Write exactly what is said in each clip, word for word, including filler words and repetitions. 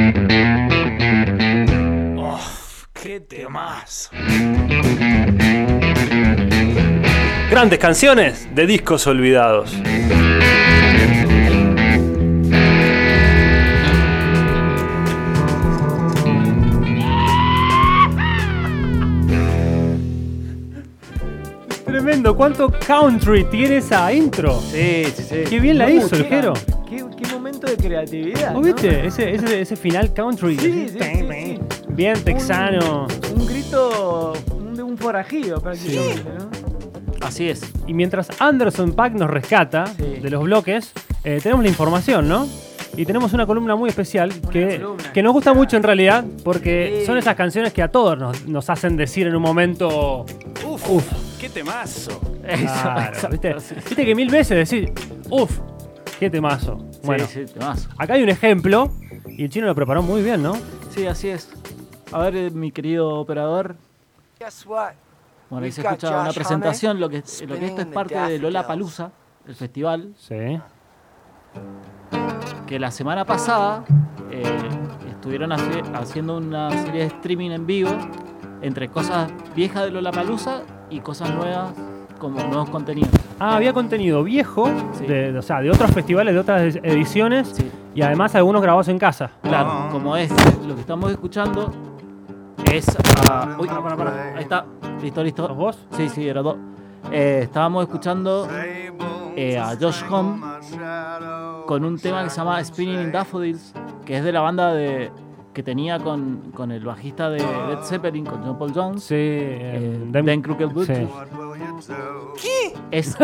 Oh, qué temazo. Grandes canciones de discos olvidados. Tremendo, ¿cuánto country tiene esa intro? Sí, sí, sí. Qué bien la No, hizo el qué- Jero. Qué, qué momento de creatividad. ¿Vos ¿no? viste? Ese, ese, ese final country. Sí, sí, sí, sí. Bien texano. Un, un grito un- de un forajido prácticamente, ¿no? Así es. Y mientras Anderson .Paak nos rescata Sí. de los bloques, eh, tenemos la información, ¿no? Y tenemos una columna muy especial que, columna. que nos gusta mucho en realidad, porque Sí. son esas canciones que a todos nos, nos hacen decir en un momento... Uf, Uf. qué temazo. Claro, ¿viste? Viste que mil veces decís, uff, qué temazo. Bueno, Sí, sí, temazo. acá hay un ejemplo y el chino lo preparó muy bien, ¿no? Sí, así es. A ver, eh, mi querido operador. Bueno, ahí se escucha una presentación. Lo que, lo que esto es parte de Lollapalooza, el festival, Sí. que la semana pasada eh, estuvieron haci- haciendo una serie de streaming en vivo entre cosas viejas de Lollapalooza y cosas nuevas como nuevos contenidos. Ah, había contenido viejo, Sí. de, de- o sea, de otros festivales, de otras ediciones, Sí. y además algunos grabados en casa. Claro, como es lo que estamos escuchando es a... Uy, Para, para, para. ahí está, listo, listo. ¿Sos vos? Sí, sí, era dos. Eh, estábamos escuchando eh, a Josh Homme con un tema que se llama Spinning in Daffodils, que es de la banda de que tenía con, con el bajista de Led Zeppelin, con John Paul Jones. Sí. eh, eh, Dem- Dan Crooked Vultures. Sí. Es,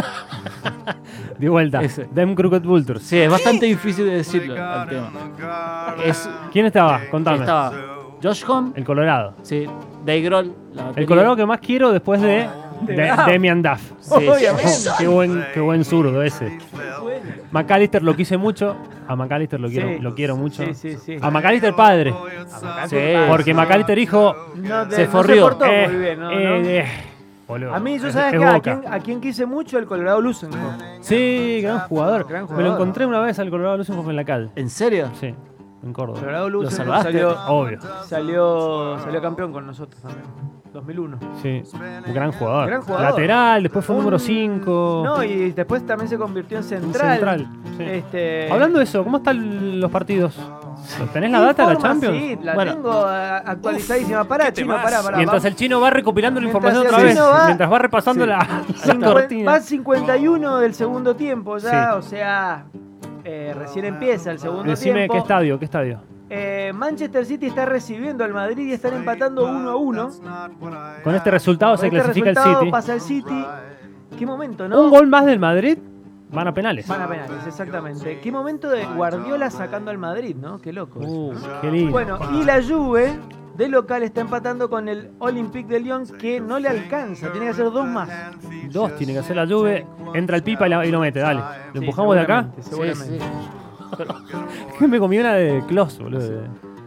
De vuelta. Ese. Dem Crooked Vultures. sí, es bastante difícil de decirlo al tema. Es, ¿Quién estaba? Contame. estaba Josh Homme, El Colorado. sí, Dave Grohl, la batería. El Colorado que más quiero después de, de Duff. Demian Duff. Sí, sí. Obviamente. Qué buen, qué buen zurdo ese. McAllister lo quise mucho. A McAllister lo quiero, Sí. lo quiero mucho. Sí, sí, sí. A McAllister padre. Sí, Porque McAllister hijo No, te- Se no forrió. portó eh, muy bien, ¿no? eh, ¿no? eh, boludo. A mí, yo Es- sabes es que a Boca. quien, a quien quise mucho el Colorado Lusenko. Sí, gran jugador. Gran Me lo jugador. encontré una vez al Colorado Lusenhoff en la calle. ¿En serio? Sí, en Córdoba. Colorado Lusenko salvaste? salió, Obvio. salió, salió campeón con nosotros también. dos mil uno. Sí, un gran jugador. Gran jugador. Lateral, después fue Un- número cinco. No, y después también se convirtió en central. Central, sí. Este, Hablando de eso, ¿cómo están los partidos? ¿Tenés la ¿qué data de la forma? Champions? Sí, la Bueno. tengo eh, actualizadísima. Pará, qué Chino, temazo. pará, pará. Mientras va- el chino va recopilando la Mientras información el otra vez, chino va- mientras va repasando Sí. la, la cincuen- cortina. Va cincuenta y uno del segundo tiempo ya, Sí. o sea, eh, recién empieza el segundo Decime tiempo. qué estadio, qué estadio. Eh, Manchester City está recibiendo al Madrid y están empatando uno a uno. Con este resultado Con se este clasifica resultado el City. pasa el City. Qué momento, ¿no? Un gol más del Madrid, van a penales. Van a penales, exactamente. Qué momento de Guardiola sacando al Madrid, ¿no? Qué loco. Uh, qué lindo. Bueno, y la Juve de local está empatando con el Olympique de Lyon, que no le alcanza, tiene que hacer dos más. Dos tiene que hacer la Juve. Entra el Pipa y, la- y lo mete, dale. ¿Lo Sí, empujamos de acá? seguramente, seguramente. Sí, Que me comí una de Kloss, boludo.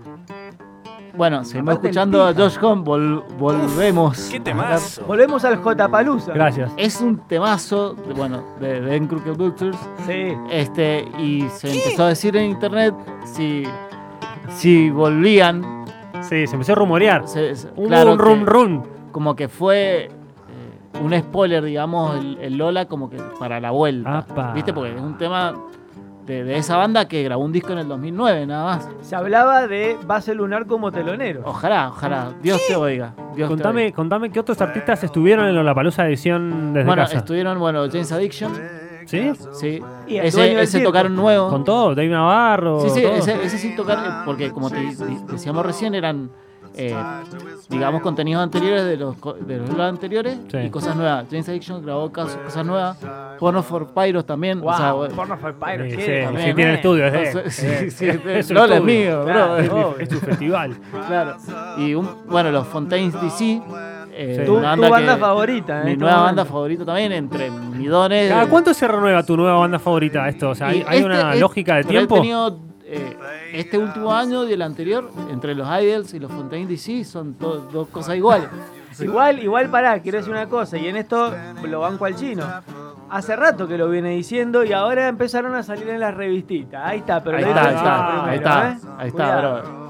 Bueno, seguimos Aparte el escuchando a Pipa. Josh Homme, vol- volvemos. Qué temazo. Volvemos al J Palusa. Gracias. Es un temazo, de, bueno, de Dan Crooked Vultures. Sí. Este, y se empezó a decir en internet si, si volvían. Sí, se empezó a rumorear. se- se- Un claro rum, que- rum. como que fue eh, un spoiler, digamos, el, el Lola como que para la vuelta. Apa. ¿Viste? Porque es un tema de, de esa banda que grabó un disco en el dos mil nueve, nada más. Se hablaba de Base Lunar como telonero. Ojalá, ojalá. Dios te oiga. Dios te Contame, oiga. contame qué otros artistas estuvieron en la Palusa edición desde Bueno, casa. estuvieron, bueno, James Addiction. ¿Sí? Sí. Y el dueño Ese, del ese circo. tocaron nuevo. Con todo, David Navarro. Sí, sí, todo. ese, ese sí tocar, eh, porque como te di- decíamos recién, eran, eh, digamos, contenidos anteriores de los, co- de los Lola anteriores Sí. y cosas nuevas. James Addiction grabó cosas, cosas nuevas. Porno for Pyros también. Wow, o sea, bueno, Porno for Pyro, Sí, ¿qué? sí, también, sí, tiene eh. estudio, es de O él. sea, sí, sí, Es su Lola es estudio. mío, Claro, bro. es Es obvio. Es su festival. Claro. Y un, bueno, los Fontaines D C. Eh, Sí. Tu, una tu banda banda que- favorita, ¿eh? Mi Tu nueva banda. banda favorita también, entre midones. ¿Cada cuánto se renueva tu nueva banda favorita esto? O sea, ¿hay, Y hay este una es- lógica de pero he tiempo? tenido, eh, este último año y el anterior, entre los Idols y los Fontaine D C, son to- dos cosas iguales. Igual, igual pará, quiero decir una cosa, y en esto lo banco al chino. Hace rato que lo viene diciendo y ahora empezaron a salir en las revistitas. Ahí está, pero Ahí lo está, dijo ahí el chino está, primero, ahí está, ¿eh? ahí está, Cuidado. bro.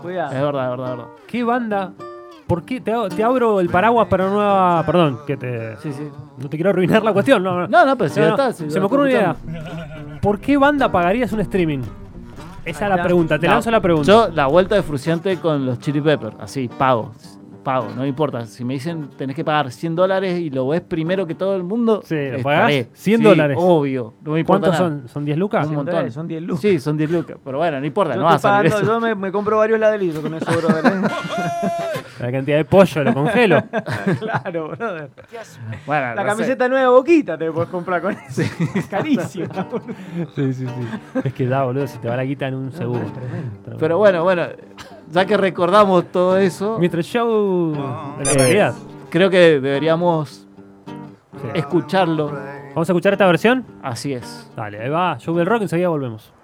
Cuidado. Es verdad, es verdad, es verdad. ¿Qué banda? ¿Por qué? Te, hago- te abro el paraguas para una nueva... Perdón, que te... Sí, sí. No te quiero arruinar la cuestión. No, no. No, no, pero si No, ya no, está. si se ya me ocurre una está idea. escuchando. ¿Por qué banda pagarías un streaming? Esa es la está. pregunta. Te La- lanzo la pregunta. Yo, la vuelta de Fruciante con los Chili Peppers, así, pago. Pago, no me importa. Si me dicen tenés que pagar cien dólares y lo ves primero que todo el mundo, Sí, ¿lo estaré. pagás? cien Sí, dólares. Obvio, no me importa ¿Cuántos nada. son? ¿Son diez lucas? Un cien montón. dólares, son diez lucas. Sí, son diez lucas. Pero bueno, no importa, Yo, no va a estoy salir pagando, eso. yo me, me compro varios ladrillos con eso, brother. ¿eh? La cantidad de pollo, lo congelo. Claro, brother. Bueno, La no sé. camiseta nueva Boquita te puedes comprar con eso. Es carísima. Sí, sí, sí. Es que da, boludo, se te va la guita en un segundo. Tremendo. Pero bueno, bueno, ya que recordamos todo eso, Mientras show de la eh, realidad. creo que deberíamos Sí. escucharlo. ¿Vamos a escuchar esta versión? Así es. Dale, ahí va. Show del rock, enseguida volvemos.